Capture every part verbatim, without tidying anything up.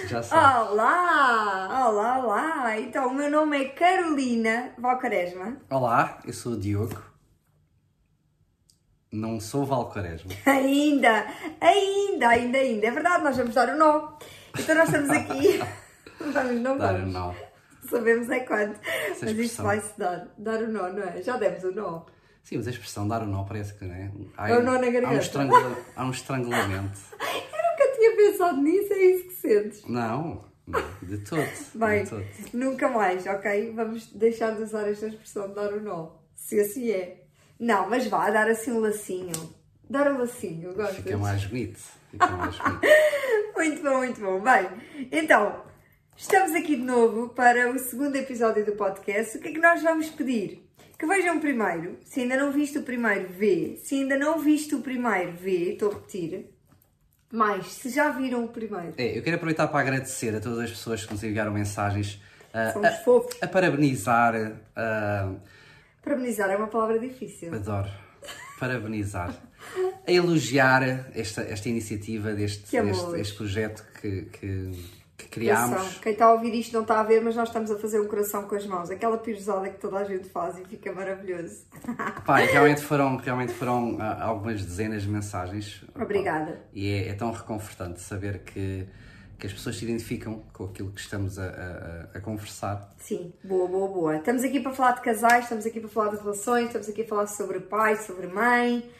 Já sabes. Olá, olá, olá. Então, o meu nome é Carolina Valcaresma. Olá, eu sou o Diogo. Não sou Valcaresma. Ainda, ainda, ainda, ainda. É verdade, nós vamos dar o nó. Então nós estamos aqui. Vamos, não Dar o vamos. nó. Sabemos é quando. Essa Mas isto expressão. vai-se dar. Dar o nó, não é? Já demos o nó. Sim, mas a expressão dar o nó parece que, não é? Há, É o nó na garganta. há, um estrangula- há um estrangulamento. Eu nunca tinha pensado nisso, é isso que sentes. Não, não, de todo. Bem, de todo. nunca mais, ok? Vamos deixar de usar esta expressão de dar o nó. Se assim é. Não, mas vá, dar assim um lacinho. Dar um lacinho, gostas? Fica mais bonito. Fica mais bonito. Muito bom, muito bom. Bem, então, estamos aqui de novo para o segundo episódio do podcast. O que é que nós vamos pedir? Que vejam o primeiro. Se ainda não viste o primeiro, vê. Se ainda não viste o primeiro, vê. Estou a repetir. Mas, se já viram o primeiro, É, eu quero aproveitar para agradecer a todas as pessoas que nos enviaram mensagens a, somos a, fofos. a parabenizar. A, Parabenizar é uma palavra difícil. adoro. Parabenizar. A elogiar esta, esta iniciativa deste, Que amor. deste este projeto que, que, que criámos. Coração. Quem está a ouvir isto não está a ver, mas nós estamos a fazer um coração com as mãos. Aquela pirosada que toda a gente faz e fica maravilhoso. Pá, e realmente foram, realmente foram ah, algumas dezenas de mensagens. Obrigada. Pá, e é, é tão reconfortante saber que, que as pessoas se identificam com aquilo que estamos a, a, a conversar. Sim, boa, boa, boa. Estamos aqui para falar de casais, estamos aqui para falar de relações, estamos aqui a falar sobre pai, sobre mãe.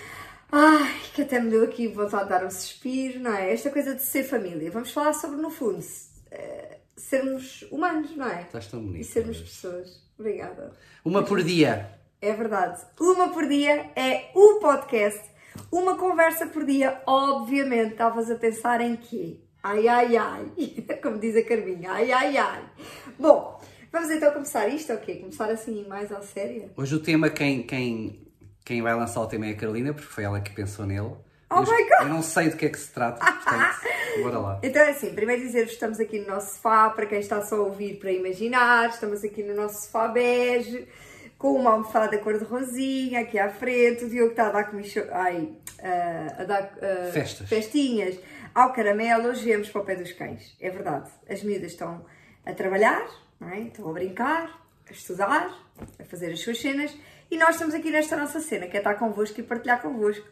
Ai, que até me deu aqui vontade de dar um suspiro, não é? Esta coisa de ser família. Vamos falar sobre, no fundo, eh, sermos humanos, não é? Estás tão bonito. E sermos pessoas. Obrigada. Uma por dia. É verdade. Uma por dia é o podcast. Uma conversa por dia, obviamente. Estavas a pensar em quê? Ai, ai, ai. Como diz a Carminha. Ai, ai, ai. Bom, vamos então começar isto, ok? Começar assim mais à séria. Hoje o tema, quem, quem, quem vai lançar o tema é a Carolina, porque foi ela que pensou nele. Oh eu, my God! eu não sei do que é que se trata, portanto, bora lá. Então é assim, primeiro dizer-vos que estamos aqui no nosso sofá, para quem está só a ouvir para imaginar, estamos aqui no nosso sofá bege, com uma almofada cor de rosinha aqui à frente, o Diogo está a dar comicho... Ai, uh, a dar uh, Festas. festinhas ao caramelo. Hoje viemos para o pé dos cães, é verdade. As miúdas estão a trabalhar, não é? Estão a brincar, a estudar, a fazer as suas cenas, e nós estamos aqui nesta nossa cena, que é estar convosco e partilhar convosco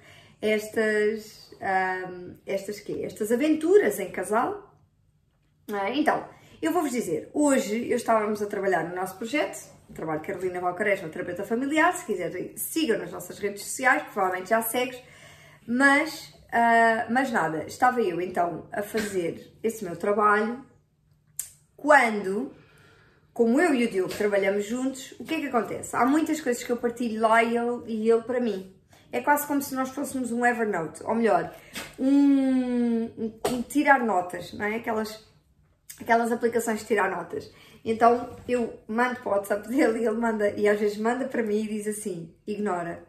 estas, um, estas quê? Estas aventuras em casal. Não é? Então, eu vou-vos dizer, hoje eu estávamos a trabalhar no nosso projeto, o trabalho de Carolina Valcaresma, terapeuta familiar. Se quiserem, sigam nas nossas redes sociais, que provavelmente já segues, mas, uh, mas nada, estava eu então a fazer esse meu trabalho, quando, como eu e o Diogo trabalhamos juntos, o que é que acontece? Há muitas coisas que eu partilho lá e ele, e ele para mim. É quase como se nós fôssemos um Evernote, ou melhor, um, um, um tirar notas, não é? Aquelas, aquelas aplicações de tirar notas. Então eu mando para o WhatsApp dele e ele manda, e às vezes manda para mim e diz assim, ignora.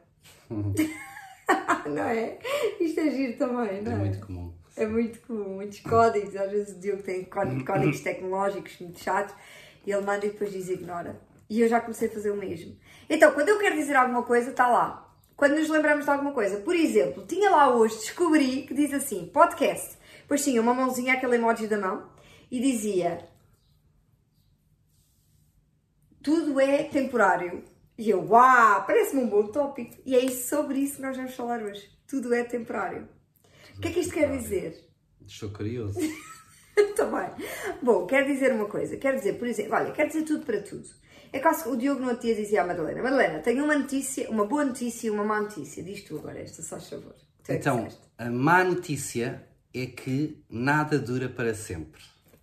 Não é? Isto é giro também, não é? É muito comum. É muito comum, muitos códigos, às vezes o Diogo tem códigos tecnológicos muito chatos e ele manda e depois diz ignora. E eu já comecei a fazer o mesmo. Então, quando eu quero dizer alguma coisa, está lá. Quando nos lembramos de alguma coisa, por exemplo, tinha lá hoje, descobri que diz assim, podcast. Depois tinha uma mãozinha, aquele emoji da mão, e dizia tudo é temporário. E eu, uau, parece-me um bom tópico. E é isso, sobre isso que nós vamos falar hoje. Tudo é temporário. O que é que isto quer dizer? Estou curioso. Também. Bom, quer dizer uma coisa. Quer dizer, por exemplo, olha, quer dizer tudo para tudo. É quase que o Diogo no outro dia dizia à Madalena, Madalena, tenho uma notícia, uma boa notícia e uma má notícia. Diz tu agora esta, só favor. Tu é que Então, disseste. a má notícia é que nada dura para sempre.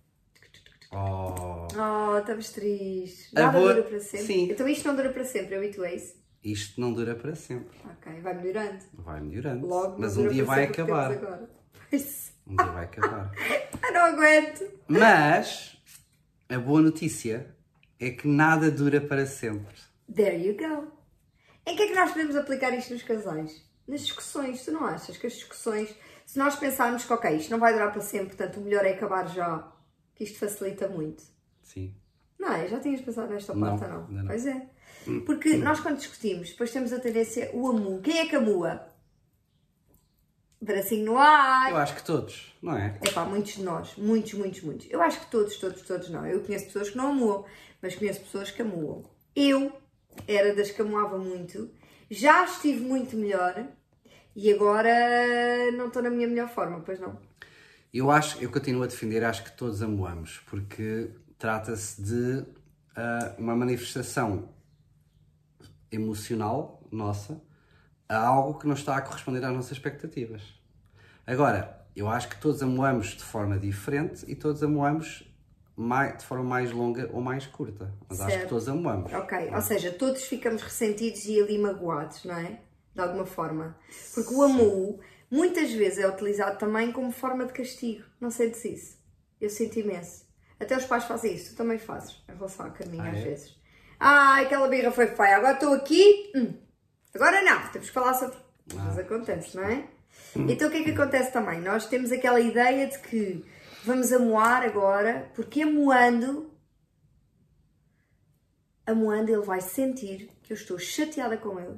Oh, Oh, estamos tristes. A Nada boa- dura para sempre. sim. Então isto não dura para sempre, eu e tu é isso? isto não dura para sempre. Ok, vai melhorando. Vai melhorando. Logo, Mas não um dura dia para vai sempre o que acabar. temos agora. Pois. Um dia vai acabar. Ah, não aguento. Mas a boa notícia é que nada dura para sempre. There you go. Em que é que nós podemos aplicar isto nos casais? Nas discussões. Tu não achas que as discussões, se nós pensarmos que, ok, isto não vai durar para sempre, portanto o melhor é acabar já, que isto facilita muito. Sim. Não é? Já tinhas pensado nesta Não, parte ou não? ainda não. Pois é. Porque nós quando discutimos, depois temos a tendência, o amu. Quem é que amua? bracinho no ar. Eu acho que todos, não é? É pá, muitos de nós, muitos, muitos, muitos. Eu acho que todos, todos, todos não. Eu conheço pessoas que não amuam, mas conheço pessoas que amuam. Eu era das que amuava muito, já estive muito melhor e agora não estou na minha melhor forma, pois não? Eu acho, eu continuo a defender, acho que todos amuamos, porque trata-se de uh, uma manifestação emocional nossa a algo que não está a corresponder às nossas expectativas. Agora, eu acho que todos amoamos de forma diferente e todos amoamos mais, de forma mais longa ou mais curta. Mas certo. Acho que todos amoamos. Ok, ou seja, todos ficamos ressentidos e ali magoados, não é? De alguma forma. Porque o amor muitas vezes é utilizado também como forma de castigo. Não sentes isso? Eu sinto imenso. Até os pais fazem isso. Tu também fazes em relação à Carminha, ah, às é? vezes. Ah, aquela birra foi feia. Agora estou aqui. Hum. Agora não. Temos que falar sobre... Ah. Mas acontece, não é? Hum. Então o que é que acontece também? Nós temos aquela ideia de que vamos amoar agora, porque amoando, amoando ele vai sentir que eu estou chateada com ele.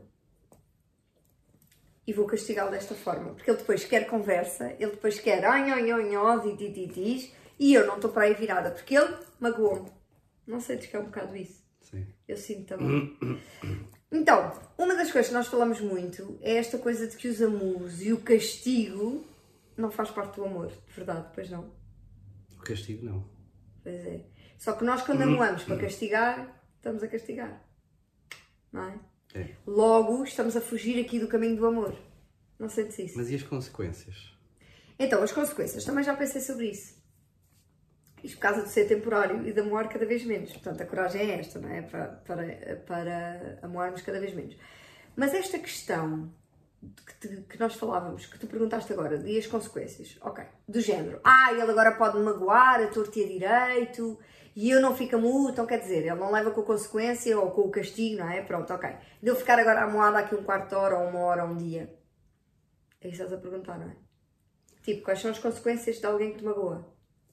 E vou castigá-lo desta forma. Porque ele depois quer conversa, ele depois quer ai, ai, ai, ai, diz, e eu não estou para aí virada, porque ele magoou-me. Não sentes que é um bocado isso? Sim. Eu sinto também. Então, uma das coisas que nós falamos muito é esta coisa de que os amuros e o castigo não faz parte do amor, de verdade, pois não? O castigo não. Pois é. Só que nós quando amoamos para castigar, estamos a castigar. Não é? É. Logo, estamos a fugir aqui do caminho do amor. Não sentes isso? Mas e as consequências? Então, as consequências. Também já pensei sobre isso. Isto por causa de ser temporário e de amoar cada vez menos. Portanto, a coragem é esta, não é? Para, para, para amoarmos cada vez menos. Mas esta questão que, te, que nós falávamos, que tu perguntaste agora, e as consequências, ok, do género. Ah, ele agora pode me magoar, a torto e a direito... E eu não fico amuo, então quer dizer, ele não leva com a consequência ou com o castigo, não é? Pronto, ok. De eu ficar agora amoada aqui um quarto de hora ou uma hora ou um dia. É isso que estás a perguntar, não é? Tipo, quais são as consequências de alguém que te magoa?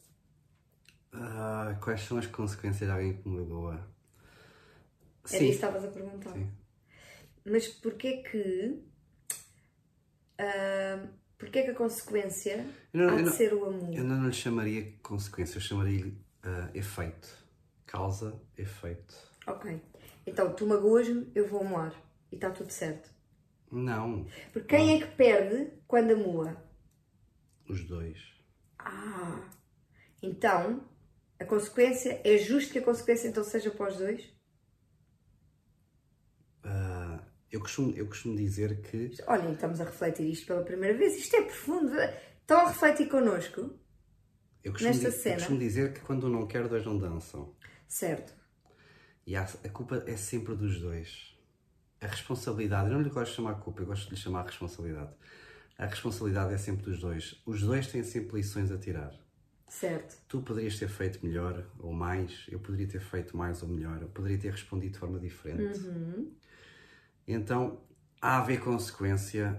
Uh, quais são as consequências de alguém que me magoa? Era isso que estavas a perguntar. Sim. Mas porquê que... Uh, porquê que a consequência não, há de não, ser o amor? Eu não lhe chamaria consequência, eu chamaria Uh, efeito. Causa, efeito. Ok. Então, tu magoas-me, eu vou amoar. E está tudo certo. Não. Porque quem não. é que perde quando amoa? Os dois. Ah. Então, a consequência... É justo que a consequência então seja para os dois? Uh, eu, costumo, eu costumo dizer que... Olhem, estamos a refletir isto pela primeira vez. Isto é profundo. Estão a refletir connosco? Eu costumo, Nesta di- cena. eu costumo dizer que quando um não quer, dois não dançam. Certo. E há, a culpa é sempre dos dois. A responsabilidade, eu não lhe gosto de chamar culpa, eu gosto de lhe chamar responsabilidade. A responsabilidade é sempre dos dois. Os dois têm sempre lições a tirar. Certo. Tu poderias ter feito melhor ou mais, eu poderia ter feito mais ou melhor, eu poderia ter respondido de forma diferente. Uhum. Então, há a haver consequência...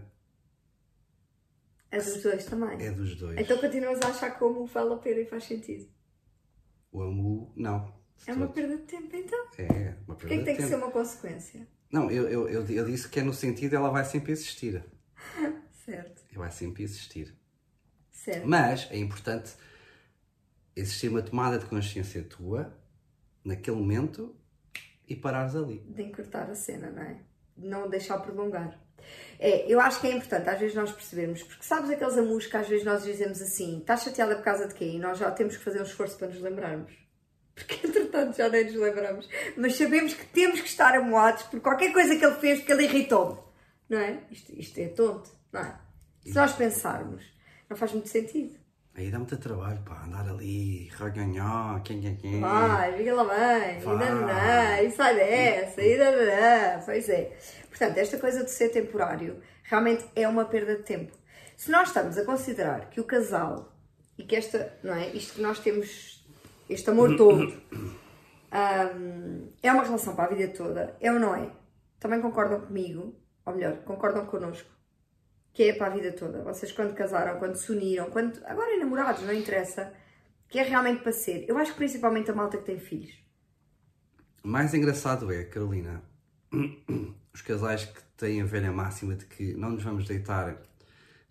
É dos dois também. É dos dois. Então continuas a achar que o amor vale a pena e faz sentido? O amor, não. É uma perda de tempo, então? É, uma perda de tempo. Porquê que tem que ser uma consequência? Não, eu, eu, eu, eu disse que é no sentido ela vai sempre existir. Certo. Ela vai sempre existir. Certo. Mas é importante existir uma tomada de consciência tua, naquele momento, e parares ali. De encurtar a cena, não é? De não deixar prolongar. É, eu acho que é importante às vezes nós percebermos, porque sabes aqueles amuros que às vezes nós dizemos assim, estás chateada por causa de quê? E nós já temos que fazer um esforço para nos lembrarmos. Porque entretanto já nem nos lembramos. Mas sabemos que temos que estar amoados por qualquer coisa que ele fez, porque ele irritou-me. Não é? Isto, isto é tonto, não é? Se nós pensarmos, não faz muito sentido. Aí dá muito trabalho, pá, andar ali, reganhar, quem, quem, quem. Vai, fica lá bem, e dananã, e sai dessa, e dananã, pois é. Portanto, esta coisa de ser temporário realmente é uma perda de tempo. Se nós estamos a considerar que o casal, e que esta, não é, isto que nós temos, este amor todo, um, é uma relação para a vida toda, é ou não é? Também concordam comigo, ou melhor, concordam connosco, que é para a vida toda. Vocês quando casaram, quando se uniram, quando agora é namorados, não interessa, que é realmente para ser. Eu acho que principalmente a malta que tem filhos. O mais engraçado é, Carolina, os casais que têm a velha máxima de que não nos vamos deitar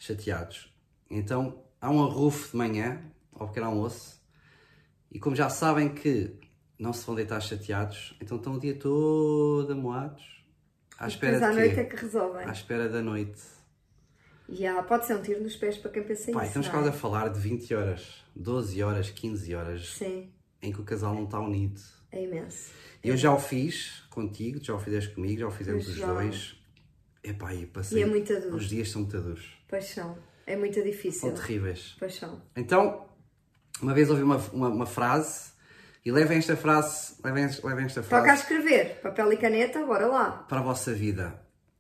chateados. Então há um arrufo de manhã, ao pequeno almoço, e como já sabem que não se vão deitar chateados, então estão o dia todo amoados, à espera de à quê? noite é que resolvem. À espera da noite. Yeah, pode ser um tiro nos pés para quem pensa Pai, isso, estamos não quase é? a falar de vinte horas, doze horas, quinze horas, Sim, em que o casal não está unido. é imenso. Eu já o fiz contigo, já o fizeste comigo, já o fizemos Pois os já. dois. Epá, e passei. E é muito duro. Os dias são muito duros. Paixão. É muito difícil. São terríveis. Paixão. Então, uma vez ouvi uma, uma, uma frase, e levem esta frase, levem, levem esta frase Toca a escrever. Papel e caneta, bora lá. para a vossa vida.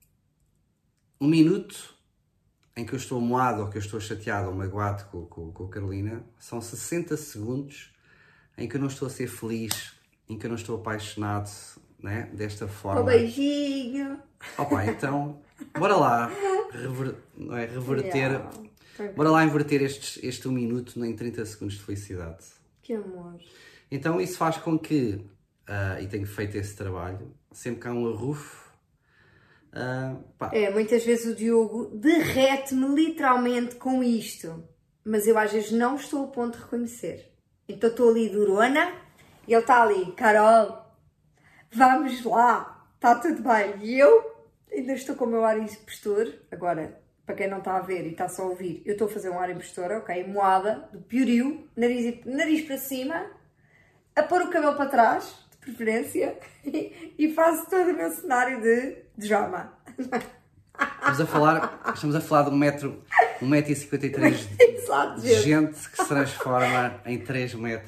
Um minuto em que eu estou amoado ou que eu estou chateado ou magoado com, com, com a Carolina são sessenta segundos em que eu não estou a ser feliz, em que eu não estou apaixonado, né, desta forma. Um beijinho. Opa, então, bora lá rever, não é, reverter, Yeah. bora lá inverter estes, este um minuto em trinta segundos de felicidade. Que amor. Então isso faz com que, ah, e tenho feito esse trabalho, sempre que há um arrufo, ah, pá, É, muitas vezes o Diogo derrete-me literalmente com isto. Mas eu às vezes não estou a ponto de reconhecer. Então estou ali durona e ele está ali, Carol, vamos lá, está tudo bem. E eu ainda estou com o meu ar impostor. Agora, para quem não está a ver e está só a ouvir, eu estou a fazer um ar impostor, ok? Moada, do piorio, nariz, nariz para cima, a pôr o cabelo para trás, de preferência, e faço todo o meu cenário de drama. estamos a falar, estamos a falar de um metro, um metro e cinquenta e três Exato, de gente. gente que se transforma em três metros.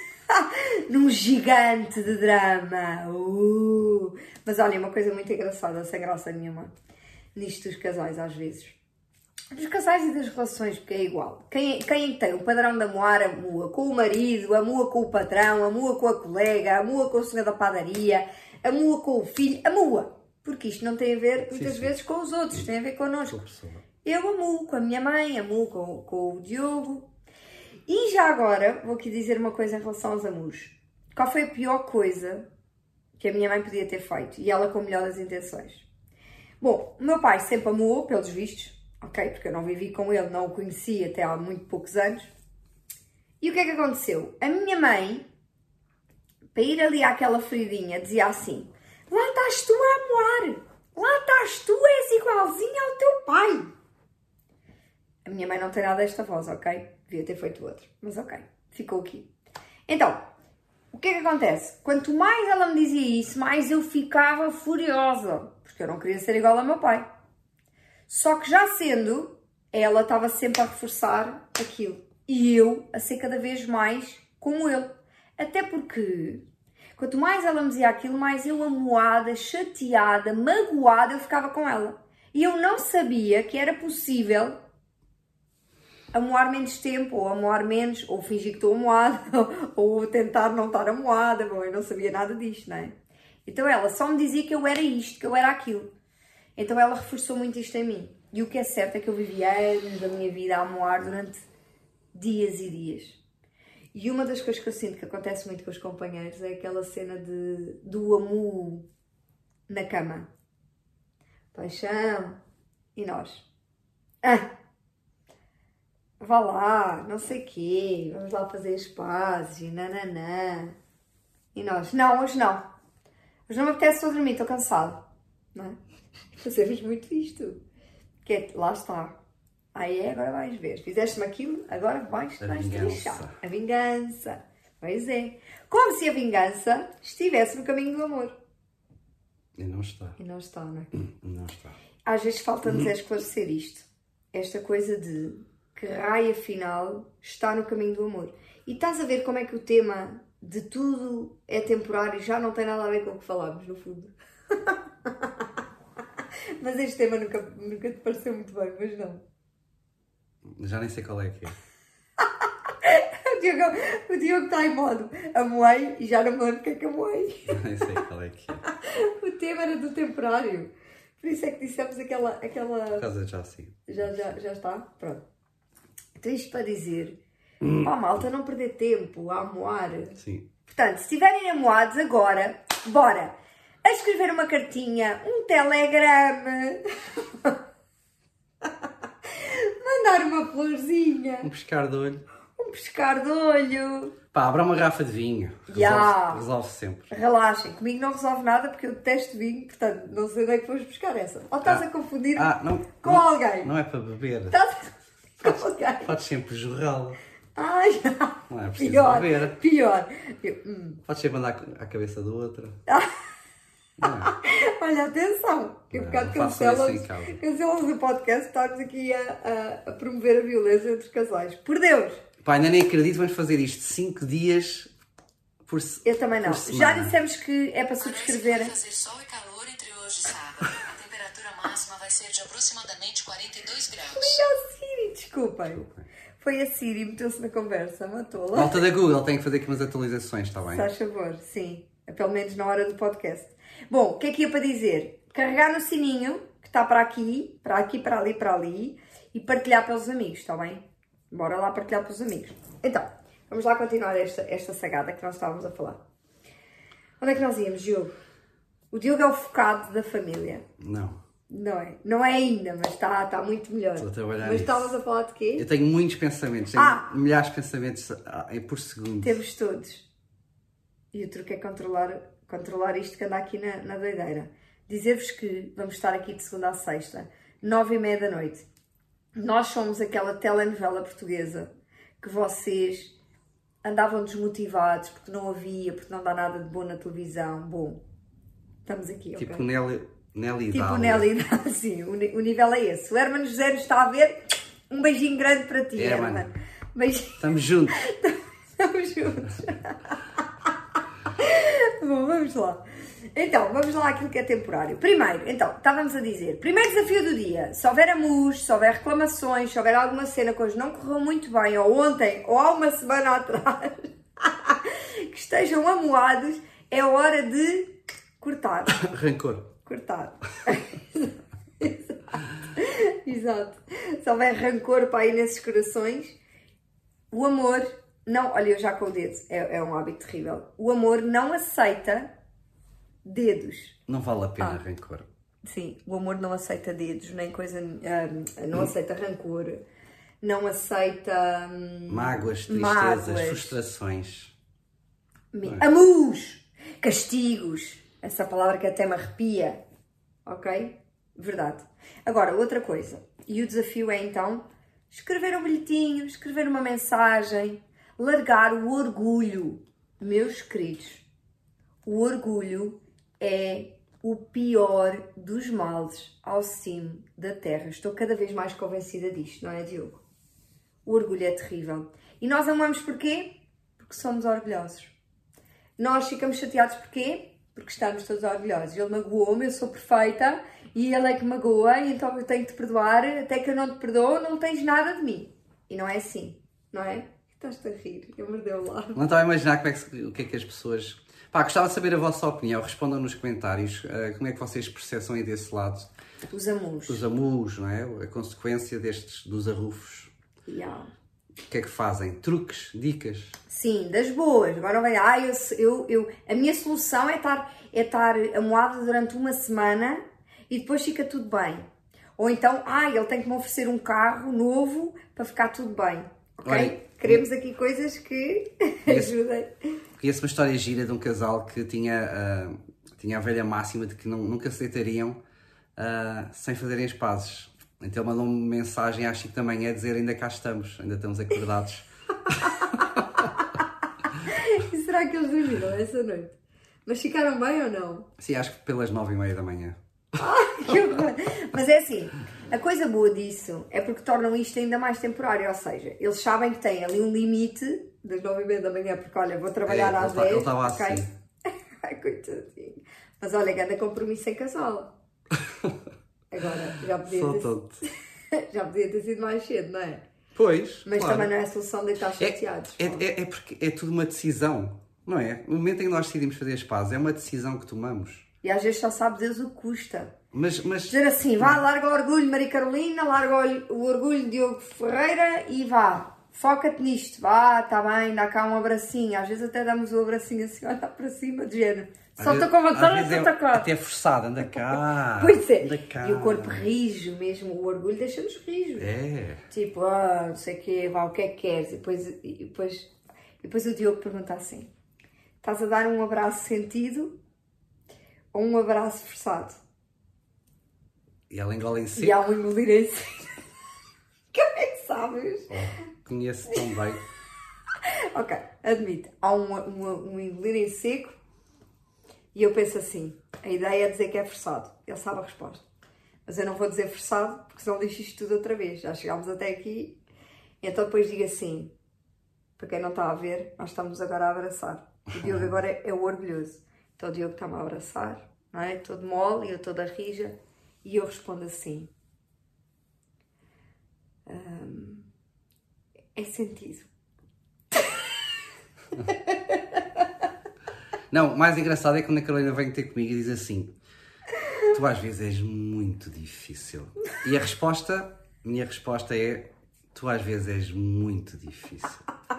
Num gigante de drama. Uh. Mas olha, uma coisa muito engraçada, sem graça nenhuma, nisto dos casais às vezes. Dos casais e das relações, porque é igual. Quem, quem tem o padrão de amoar, amua com o marido, amua com o patrão, amua com a colega, amua com o senhor da padaria, amua com o filho, amua. Porque isto não tem a ver, muitas sim. vezes, com os outros, tem a ver connosco. Sou pessoa. Eu amuo com a minha mãe, amuo com, com o Diogo. E já agora, vou aqui dizer uma coisa em relação aos amuos. Qual foi a pior coisa que a minha mãe podia ter feito? E ela com a melhor das intenções. Bom, o meu pai sempre amuou, pelos vistos, ok? Porque eu não vivi com ele, não o conheci até há muito poucos anos. E o que é que aconteceu? A minha mãe, para ir ali àquela feridinha, dizia assim: lá estás tu a amoar, lá estás tu, és igualzinha ao teu pai. A minha mãe não tem nada desta voz, ok? Devia ter feito outro, mas ok, ficou aqui. Então, o que é que acontece? Quanto mais ela me dizia isso, mais eu ficava furiosa, porque eu não queria ser igual ao meu pai. Só que já sendo, ela estava sempre a reforçar aquilo. E eu a ser cada vez mais como ele. Até porque, quanto mais ela me dizia aquilo, mais eu amoada, chateada, magoada, eu ficava com ela. E eu não sabia que era possível amoar menos tempo, ou amoar menos, ou fingir que estou amoada, ou tentar não estar amoada. Bom, eu não sabia nada disto, não é? Então ela só me dizia que eu era isto, que eu era aquilo. Então ela reforçou muito isto em mim. E o que é certo é que eu vivi anos da minha vida a amoar durante dias e dias. E uma das coisas que eu sinto que acontece muito com os companheiros é aquela cena de, do amu na cama. Paixão. E nós? Ah! Vá lá, não sei o quê, vamos lá fazer as pazes e nananã. E nós? Não, hoje não. Hoje não me apetece, estou a dormir, estou cansado. Não é? Fazemos muito isto. Que é, lá está. Aí é, agora vais ver. Fizeste-me aquilo, agora vais, vais trinchar. A vingança. Pois é. Como se a vingança estivesse no caminho do amor. E não está. E não está, não é? Não está. Às vezes falta-nos é esclarecer isto. Esta coisa de que raio afinal está no caminho do amor. E estás a ver como é que o tema de tudo é temporário e já não tem nada a ver com o que falámos, no fundo. Mas este tema nunca, nunca te pareceu muito bem, mas não. Já nem sei qual é que é. O Diogo, o Diogo está em modo amoei e já não me lembro o que é que amoei. Nem sei qual é que é. O tema era do temporário. Por isso é que dissemos aquela... aquela... Por causa já sim. Já, já, já está? Pronto. Então isto para dizer, pá, malta, não perder tempo a amoar. Sim. Portanto, se estiverem amoados agora, bora a escrever uma cartinha, um telegrama. uma florzinha. Um pescar de olho. Um pescar de olho. Pá, abra uma garrafa de vinho. Resolve, Yeah. resolve sempre. Relaxem, comigo não resolve nada porque eu detesto vinho, portanto não sei onde é que vamos buscar essa. Ou estás Ah. a confundir Ah, não, com não, alguém? Não é para beber. Estás a confundir com alguém? Podes sempre jorrá-la. Ai, Não é preciso pior, beber. pior. Eu, hum. Podes sempre andar à cabeça do outro. Ah. Não é? Olha, atenção, que um Não, bocado não façam cancelam isso em casa. cancelam o podcast, estamos aqui a, a, a promover a violência entre os casais. Por Deus! Pá, ainda nem acredito, vamos fazer isto cinco dias por semana. Eu também não. Já dissemos que é para subscreverem. Vai fazer sol e calor entre hoje e sábado. A temperatura máxima vai ser de aproximadamente quarenta e dois graus. Foi a Siri, desculpem. Foi a Siri, meteu-se na conversa, matou-la. Malta da Google, tem que fazer aqui umas atualizações, está bem? Se faz favor, sim. Pelo menos na hora do podcast. Bom, o que é que ia para dizer? Carregar no sininho, que está para aqui, para aqui, para ali, para ali, e partilhar pelos amigos, está bem? Bora lá partilhar pelos amigos. Então, vamos lá continuar esta, esta sagada que nós estávamos a falar. Onde é que nós íamos, Diogo? O Diogo é o focado da família. Não. Não é? Não é ainda, mas está, está muito melhor. Estou a trabalhar Mas nisso. estavas a falar de quê? Eu tenho muitos pensamentos, tenho Ah! milhares de pensamentos ah, por segundo. Temos todos. E o truque é controlar, controlar isto que anda aqui na, na doideira. Dizer-vos que vamos estar aqui de segunda a sexta, nove e meia da noite. Nós somos aquela telenovela portuguesa que vocês andavam desmotivados porque não havia, porque não dá nada de bom na televisão. Bom, estamos aqui, ok? Tipo Nelly, Nelly Tipo Dália. Nelly, sim, o, ni- o nível é esse. O Hermano José nos está a ver. Um beijinho grande para ti, Herman. Hermano. Beijinho. Estamos juntos. Estamos juntos. Bom, vamos lá. Então, vamos lá àquilo que é temporário. Primeiro, então, estávamos a dizer, primeiro desafio do dia, se houver amus, se houver reclamações, se houver alguma cena que hoje não correu muito bem, ou ontem, ou há uma semana atrás, que estejam amuados, é hora de cortar. Rancor. Cortar. Exato. Exato. Se houver rancor para aí nesses corações, o amor não... Olha, eu já com o dedo, é, é um hábito terrível. O amor não aceita dedos. Não vale a pena Ah. rancor. Sim, o amor não aceita dedos, nem coisa... ah, não aceita rancor, não aceita... hum, Mágoas, tristezas, mágoas. frustrações. Mi- Amus! Castigos. Essa palavra que até me arrepia. Ok? Verdade. Agora, outra coisa. E o desafio é então escrever um bilhetinho, escrever uma mensagem, largar o orgulho. Meus queridos, o orgulho é o pior dos males ao cimo da terra. Estou cada vez mais convencida disto, não é, Diogo? O orgulho é terrível. E nós amamos porquê? Porque somos orgulhosos. Nós ficamos chateados porquê? Porque estamos todos orgulhosos. Ele magoou-me, eu sou perfeita e ele é que magoa, e então eu tenho que te perdoar. Até que eu não te perdoo, não tens nada de mim. E não é assim, não é? Estás-te a rir, eu mordeu lá. Não estava a imaginar como é que, o que é que as pessoas... Pá, gostava de saber a vossa opinião. Respondam nos comentários uh, como é que vocês processam aí desse lado. Os amus. Os amus, não é? A consequência destes, dos arrufos. Yeah. O que é que fazem? Truques? Dicas? Sim, das boas. Agora vem, ah, eu, eu, eu, a minha solução é estar, é estar amoada durante uma semana e depois fica tudo bem. Ou então, ah, ele tem que me oferecer um carro novo para ficar tudo bem. Ok? Olha, Queremos aqui coisas que ajudem. Conheço uma história gira de um casal que tinha, uh, tinha a velha máxima de que não, nunca se deitariam uh, sem fazerem as pazes. Então ele mandou uma mensagem às cinco da manhã a dizer ainda cá estamos, ainda estamos acordados. E será que eles dormiram essa noite? Mas ficaram bem ou não? Sim, acho que pelas nove e meia da manhã. Que horror. Mas é assim, a coisa boa disso é porque tornam isto ainda mais temporário, ou seja, eles sabem que têm ali um limite das nove e meia da manhã, porque olha, vou trabalhar É, às ele tá- dez. ele estava ok? assim. Ai, coitadinho. Mas olha, grande compromisso em casal. Agora, já podia, Sou ter, tonto. já podia ter sido mais cedo, não é? Pois, Mas claro. também não é a solução de estar É, chateados. é, pô. é, é porque é tudo uma decisão, não é? No momento em que nós decidimos fazer as pazes, é uma decisão que tomamos. E às vezes só sabe Deus o que custa. Mas, mas Dizer assim, vá, larga o orgulho Maria Carolina, larga o o orgulho Diogo Ferreira e vá, foca-te nisto, vá, está bem, dá cá um abracinho, às vezes até damos um abracinho assim, olha para cima, de género, Só estou com vontade de é atacar. até forçado, anda cá. Pois é. Anda cá. E o corpo rijo mesmo, o orgulho deixa-nos rijos. É. Tipo, ah, não sei o quê, vá, o que é que queres? E depois, e depois, e depois o Diogo pergunta assim: estás a dar um abraço sentido ou um abraço forçado? E ela engola em seco. E há um engolir em seco. Como é que sabes? Oh, conheço tão bem. Ok, admito. Há um, um, um engolir em seco e eu penso assim: a ideia é dizer que é forçado. Ele sabe a resposta. Mas eu não vou dizer forçado porque senão deixo isto tudo outra vez. Já chegámos até aqui. Então depois digo assim: para quem não está a ver, nós estamos agora a abraçar. O Diogo agora é, é o orgulhoso. Então o Diogo está-me a abraçar, não é? Todo mole e eu toda rija. E eu respondo assim: hum, é sentido. Não, o mais engraçado é quando a Carolina vem ter comigo e diz assim: tu às vezes és muito difícil. E a resposta, a minha resposta é: tu às vezes és muito difícil.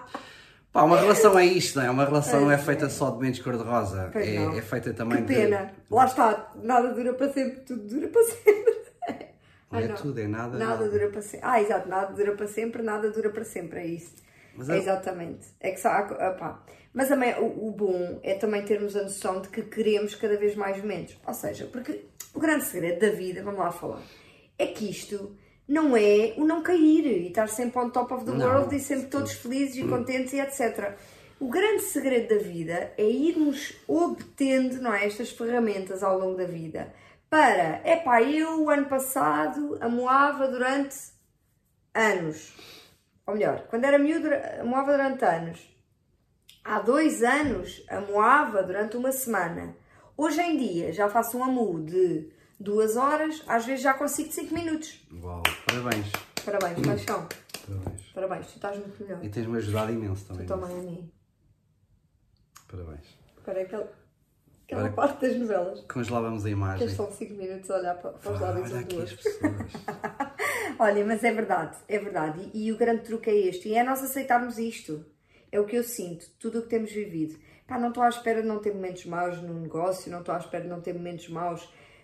Pá, uma relação é isto, não é? Uma relação não é feita só de mentes cor-de-rosa. É, é feita também que pena. de... Lá está, nada dura para sempre, tudo dura para sempre. Não é tudo, é nada. Nada, nada dura para sempre. Ah, exato, nada dura para sempre, nada dura para sempre, é isso. Mas é é... Exatamente. É que só, opá. Mas também o, o bom é também termos a noção de que queremos cada vez mais momentos. Ou seja, porque o grande segredo da vida, vamos lá falar, é que isto não é o não cair e estar sempre on top of the não, world e sempre todos felizes e contentes e etcétera. O grande segredo da vida é irmos obtendo, não é, estas ferramentas ao longo da vida para, epá, eu o ano passado amoava durante anos. Ou melhor, quando era miúdo amoava durante anos. Há dois anos amoava durante uma semana. Hoje em dia já faço um amu de duas horas, às vezes já consigo de cinco minutos. Uau, parabéns. Parabéns, paixão. Parabéns. Parabéns, tu estás muito melhor. E tens-me ajudado imenso também. Tu também a mim. Parabéns. Agora é aquela, aquela Agora, parte das novelas. congelávamos a imagem. Que são cinco minutos a olhar para, para os Ah, lábios olha um do aqui as outro. pessoas. Olha, mas é verdade, é verdade. E, e o grande truque é este. E é nós aceitarmos isto. É o que eu sinto, tudo o que temos vivido. Pá, não estou à espera de não ter momentos maus no negócio, não estou à espera de não ter momentos maus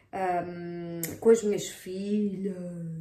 hum, com as minhas filhas.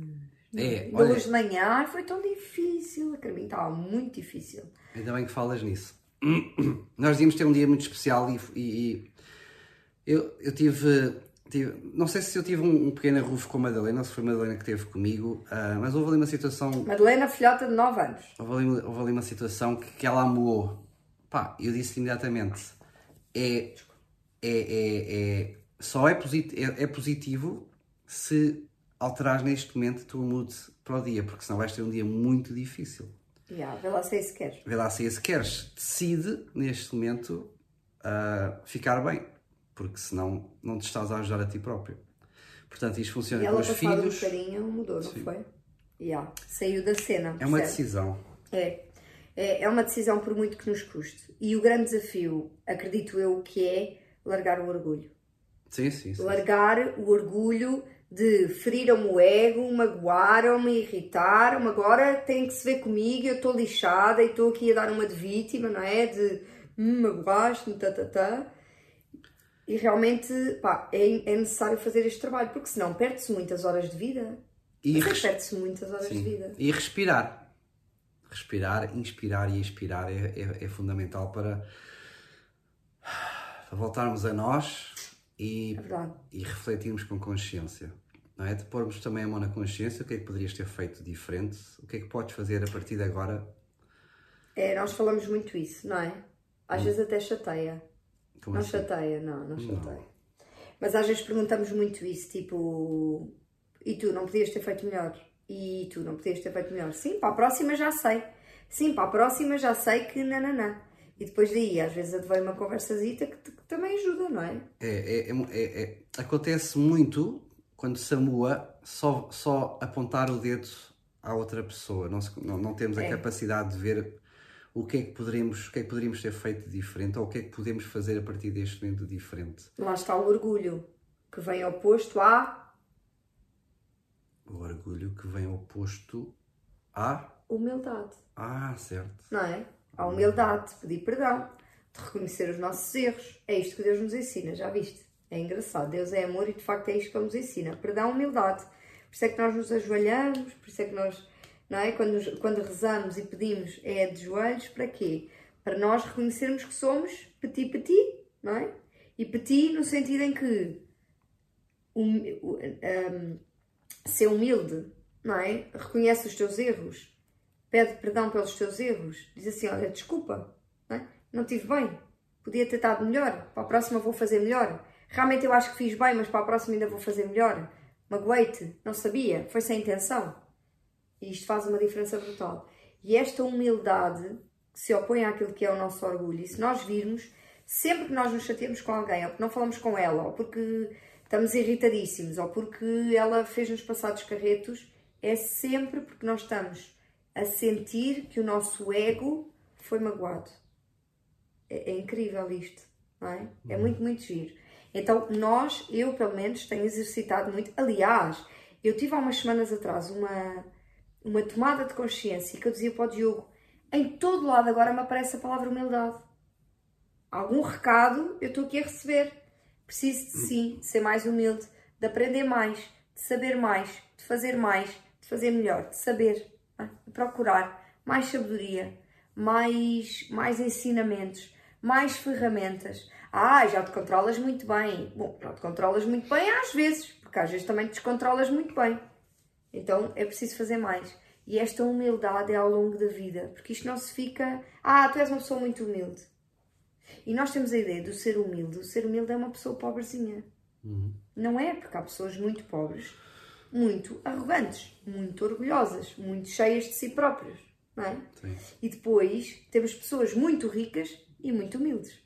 É, De olha, hoje de manhã, ai, foi tão difícil. Para mim estava muito difícil. ainda bem que falas nisso. Nós íamos ter um dia muito especial e, e, e eu, eu tive, tive... Não sei se eu tive um, um pequeno arrufo com a Madalena, ou se foi a Madalena que esteve comigo, uh, mas houve ali uma situação... Madalena, filhota de nove anos. Houve ali, houve ali uma situação que, que ela amou. Pá, eu disse imediatamente: é, é, é, é, só é, posit, é, é positivo se alterares neste momento a tua mood para o dia, porque senão vais ter um dia muito difícil. Yeah, vê lá se é isso que queres. Vê lá se é isso que queres. Decide, neste momento, uh, ficar bem, porque senão não te estás a ajudar a ti próprio. Portanto, isto funciona E com ela, os passado filhos. um bocadinho, mudou, não Sim. foi? Yeah. Saiu da cena. É uma percebe? decisão. É. é. É uma decisão por muito que nos custe. E o grande desafio, acredito eu, que é largar o orgulho. Sim, sim, sim. Largar o orgulho de feriram-me o ego, magoaram-me, irritaram-me, agora tem que se ver comigo, eu estou lixada e estou aqui a dar uma de vítima, não é? De hum, magoaste-me, tá, tá, tá. E realmente, pá, é, é necessário fazer este trabalho, porque senão perde-se muitas horas de vida. E Mas res... perde-se muitas horas Sim. de vida. E respirar. Respirar, inspirar e expirar é, é, é fundamental para, para voltarmos a nós e, É e refletirmos com consciência. Não é? De pormos também a mão na consciência, o que é que poderias ter feito diferente, o que é que podes fazer a partir de agora. É, nós falamos muito isso, não é? Às Hum. vezes até chateia. Como não assim? chateia, não, não chateia. Não. Mas às vezes perguntamos muito isso, tipo, e tu não podias ter feito melhor? E tu não podias ter feito melhor? Sim, para a próxima já sei. Sim, para a próxima já sei que nananã. E depois daí, às vezes, advém uma conversazita que, que também ajuda, não é? É, é, é, é, acontece muito quando se amua só, só apontar o dedo à outra pessoa. Não, se, não, não temos a É. capacidade de ver o que é que poderíamos, o que é que poderíamos ter feito diferente ou o que é que podemos fazer a partir deste momento diferente. Lá está o orgulho, que vem oposto à O orgulho que vem oposto à... humildade, Ah, certo. não é? À humildade, pedir perdão. de reconhecer os nossos erros. É isto que Deus nos ensina, já viste? É engraçado. Deus é amor e de facto é isto que Ele nos ensina. Perdão, humildade. Por isso é que nós nos ajoelhamos, por isso é que nós, não é? Quando, nos, quando rezamos e pedimos é de joelhos, para quê? Para nós reconhecermos que somos petit petit, não é? E petit no sentido em que um, um, ser humilde, não é? Reconhece os teus erros, pede perdão pelos teus erros, diz assim, olha, desculpa, não é? Não estive bem, podia ter estado melhor, para a próxima vou fazer melhor. Realmente eu acho que fiz bem, mas para a próxima ainda vou fazer melhor. Magoei-te, não sabia, foi sem intenção. E isto faz uma diferença brutal. E esta humildade que se opõe àquilo que é o nosso orgulho, e se nós virmos, sempre que nós nos chateamos com alguém, ou porque não falamos com ela, ou porque estamos irritadíssimos, ou porque ela fez-nos passar dos carretos, é sempre porque nós estamos a sentir que o nosso ego foi magoado. É, é incrível isto, não é? É muito, muito giro. Então, nós, eu pelo menos, tenho exercitado muito. Aliás, eu tive há umas semanas atrás uma, uma tomada de consciência que eu dizia para o Diogo, em todo lado agora me aparece a palavra humildade. Algum recado eu estou aqui a receber. Preciso de sim, de ser mais humilde, de aprender mais, de saber mais, de fazer mais, de fazer melhor, de saber, de procurar mais sabedoria, mais, mais ensinamentos, mais ferramentas. Ah, já te controlas muito bem. Bom, já te controlas muito bem às vezes, porque às vezes também te descontrolas muito bem. Então é preciso fazer mais. E esta humildade é ao longo da vida, porque isto não se fica... Ah, tu és uma pessoa muito humilde. E nós temos a ideia do ser humilde. O ser humilde é uma pessoa pobrezinha. Uhum. Não é, porque há pessoas muito pobres, muito arrogantes, muito orgulhosas, muito cheias de si próprias, não é? Sim. E depois temos pessoas muito ricas e muito humildes.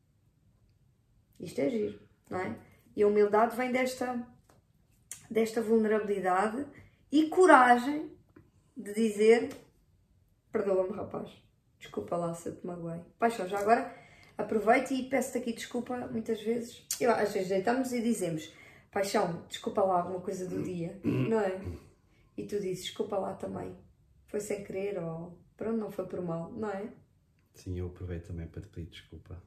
Isto é giro, não é? E a humildade vem desta, desta vulnerabilidade e coragem de dizer: perdoa-me, rapaz, desculpa lá se eu te magoei. Paixão, já agora aproveito e peço-te aqui desculpa muitas vezes. Eu, às vezes deitamos e dizemos: Paixão, desculpa lá alguma coisa do dia, não é? E tu dizes: desculpa lá também, foi sem querer ou pronto, não foi por mal, não é? Sim, eu aproveito também para te pedir desculpa.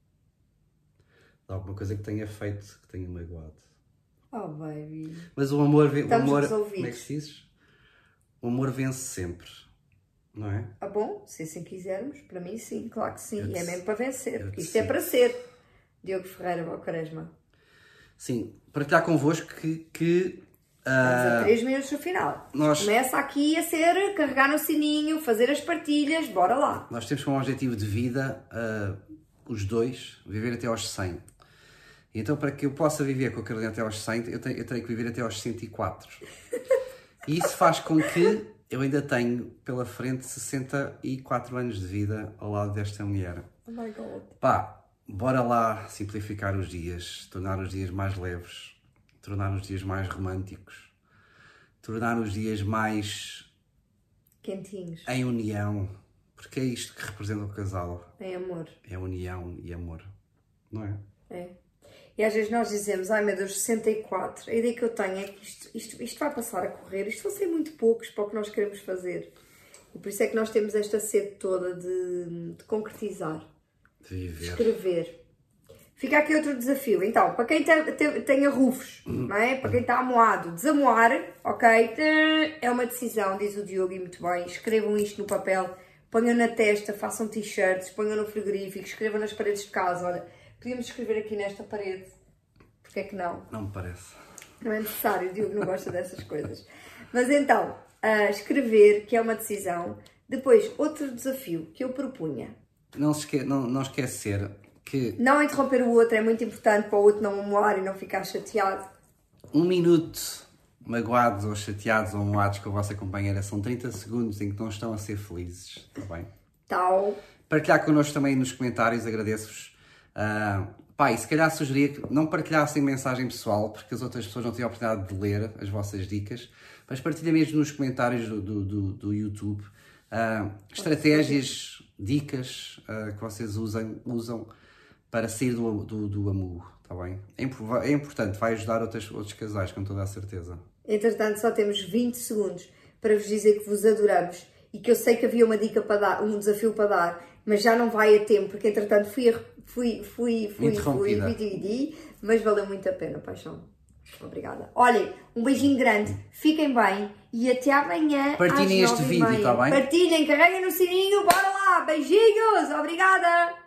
De alguma coisa que tenha feito, que tenha magoado. Oh, baby. Mas o amor... O amor resolvidos. como é que se diz? O amor vence sempre, não é? Ah, bom, se assim quisermos, para mim sim, claro que sim. Eu E é te- mesmo para vencer, eu porque te isto é sei. para ser. Diogo Ferreira Valquaresma. Sim, partilhar convosco que... que Estamos ah, a três minutos do final. nós- Começa aqui a ser carregar no sininho, fazer as partilhas, bora lá. nós temos como objetivo de vida, ah, os dois, viver até aos cem. E então, para que eu possa viver com a Carolina até aos cem, eu tenho, eu tenho que viver até aos cento e quatro. E isso faz com que eu ainda tenho pela frente sessenta e quatro anos de vida ao lado desta mulher. Oh my God. Pá, bora lá simplificar os dias, tornar os dias mais leves, tornar os dias mais românticos, tornar os dias mais Quentinhos, em união, porque é isto que representa o casal, em amor. é união e amor, não é? É. E às vezes nós dizemos, ai meu Deus, sessenta e quatro. A ideia que eu tenho é que isto, isto, isto vai passar a correr. Isto vão ser muito poucos para o que nós queremos fazer. E por isso é que nós temos esta sede toda de, de concretizar, De viver. escrever. Fica aqui outro desafio. Então, para quem tem, tem, tenha rufos, não é? Para quem está amoado, desamoar, ok? É uma decisão, diz o Diogo, e muito bem. Escrevam isto no papel, ponham na testa, façam t-shirts, ponham no frigorífico, escrevam nas paredes de casa. Olha, podíamos escrever aqui nesta parede. Porquê é que não? Não me parece. Não é necessário, o Diogo não gosta dessas coisas. Mas então, uh, escrever, que é uma decisão. Depois, outro desafio que eu propunha. Não, se esque... não, não esquecer que Não interromper o outro é muito importante para o outro não amoar e não ficar chateado. um minuto magoados ou chateados ou amoados com a vossa companheira são trinta segundos em que não estão a ser felizes, está bem? Tal. Partilhar connosco também nos comentários, agradeço-vos. Uh, pá, e se calhar sugeria que não partilhassem mensagem pessoal, porque as outras pessoas não têm a oportunidade de ler as vossas dicas, mas partilha mesmo nos comentários do, do, do, do YouTube uh, estratégias, dicas uh, que vocês usam, usam para sair do, do, do amu, está bem? É, impo- é importante, vai ajudar outras, outros casais, com toda a certeza. Entretanto, só temos vinte segundos para vos dizer que vos adoramos e que eu sei que havia uma dica para dar, um desafio para dar, mas já não vai a tempo, porque entretanto fui, fui, fui, fui, fui, fui dividir, mas valeu muito a pena, paixão. Obrigada. Olhem, um beijinho grande, fiquem bem e até amanhã. Partilhem este vídeo, está bem? Partilhem, carreguem no sininho, bora lá, beijinhos, obrigada!